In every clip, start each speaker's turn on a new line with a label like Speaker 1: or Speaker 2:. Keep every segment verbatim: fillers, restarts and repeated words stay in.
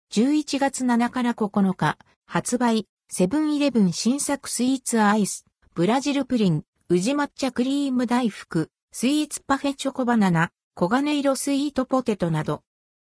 Speaker 1: じゅういちがつなのかからここのか、発売、セブンイレブン新作スイーツアイス、ブラジルプリン、宇治抹茶クリーム大福、スイーツパフェチョコバナナ、黄金色スイートポテトなど。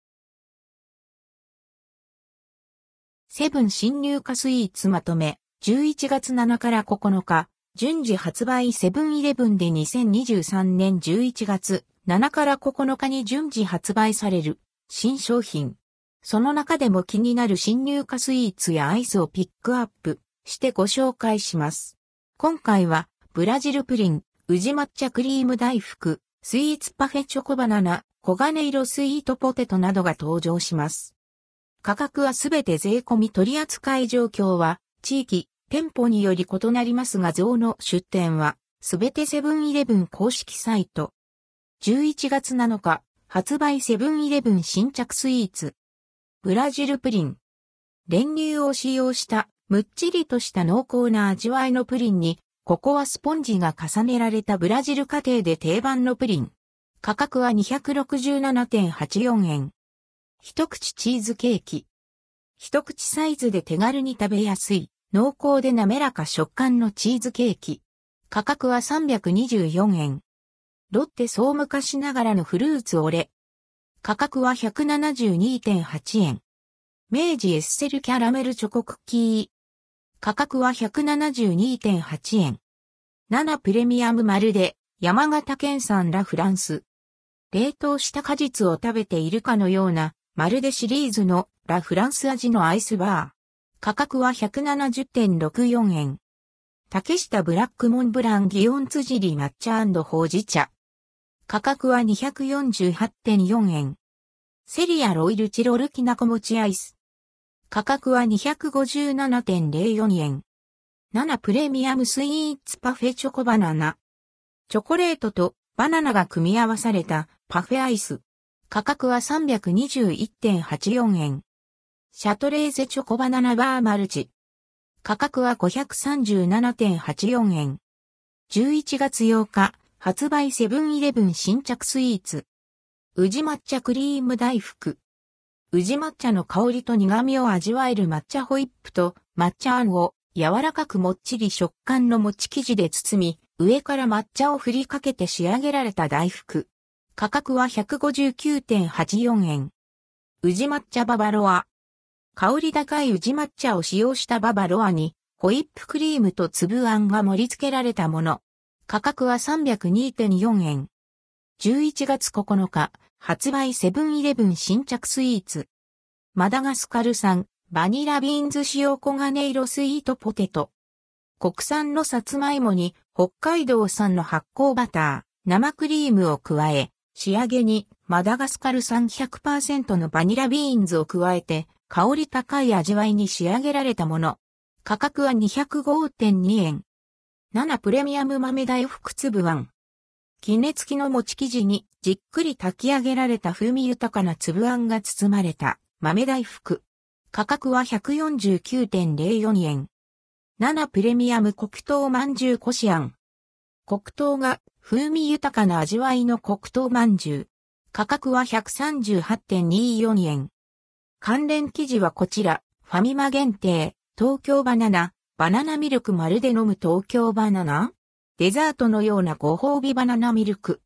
Speaker 1: セブン新入荷スイーツまとめ、じゅういちがつなのかからここのか、順次発売セブンイレブンでにせんにじゅうさんねんじゅういちがつなのかからここのかに順次発売される新商品。その中でも気になる新入荷スイーツやアイスをピックアップしてご紹介します。今回はブラジルプリン、宇治抹茶クリーム大福、スイーツパフェチョコバナナ、黄金色スイートポテトなどが登場します。価格はすべて税込み取扱い状況は地域、店舗により異なりますが像の出店はすべてセブンイレブン公式サイト。じゅういちがつなのか発売セブンイレブン新着スイーツ。ブラジルプリン。練乳を使用したむっちりとした濃厚な味わいのプリンにココアスポンジが重ねられたブラジル家庭で定番のプリン。価格は にひゃくろくじゅうななてんはちよんえん。一口チーズケーキ。一口サイズで手軽に食べやすい。濃厚で滑らか食感のチーズケーキ。価格はさんびゃくにじゅうよんえん。ロッテ総昔ながらのフルーツオレ。価格は ひゃくななじゅうにてんはちえん。明治エッセルキャラメルチョコクッキー。価格は ひゃくななじゅうにてんはちえん。ななプレミアムまるで山形県産ラフランス。冷凍した果実を食べているかのようなまるでシリーズのラフランス味のアイスバー。価格は ひゃくななじゅうてんろくよんえん。竹下ブラックモンブラン祇園辻り抹茶&ほうじ茶。価格は にひゃくよんじゅうはちてんよんえん。セリアロイルチロルきなこ餅アイス。価格は にひゃくごじゅうななてんぜろよんえん。ななプレミアムスイーツパフェチョコバナナ。チョコレートとバナナが組み合わされたパフェアイス。価格は さんびゃくにじゅういってんはちよんえん。シャトレーゼチョコバナナバーマルチ。価格は ごひゃくさんじゅうななてんはちよんえん。じゅういちがつようか、発売セブンイレブン新着スイーツ。宇治抹茶クリーム大福。宇治抹茶の香りと苦味を味わえる抹茶ホイップと抹茶あんを柔らかくもっちり食感の餅生地で包み、上から抹茶を振りかけて仕上げられた大福。価格は ひゃくごじゅうきゅうてんはちよんえん。宇治抹茶ババロア。香り高い宇治抹茶を使用したババロアに、ホイップクリームと粒あんが盛り付けられたもの。価格は さんびゃくにてんよんえん。じゅういちがつここのか、発売セブンイレブン新着スイーツ。マダガスカル産、バニラビーンズ使用黄金色スイートポテト。国産のさつまいもに、北海道産の発酵バター、生クリームを加え、仕上げに、マダガスカル産 ひゃくパーセント のバニラビーンズを加えて、香り高い味わいに仕上げられたもの。価格は にひゃくごてんにえん。ななプレミアム豆大福粒あん。杵付きの餅生地にじっくり炊き上げられた風味豊かな粒あんが包まれた豆大福。価格は ひゃくよんじゅうきゅうてんぜろよんえん。ななプレミアム黒糖まんじゅうこしあん。黒糖が風味豊かな味わいの黒糖まんじゅう。価格は ひゃくさんじゅうはちてんにじゅうよんえん。関連記事はこちら、ファミマ限定、東京バナナ、バナナミルクまるで飲む東京バナナ？デザートのようなご褒美バナナミルク。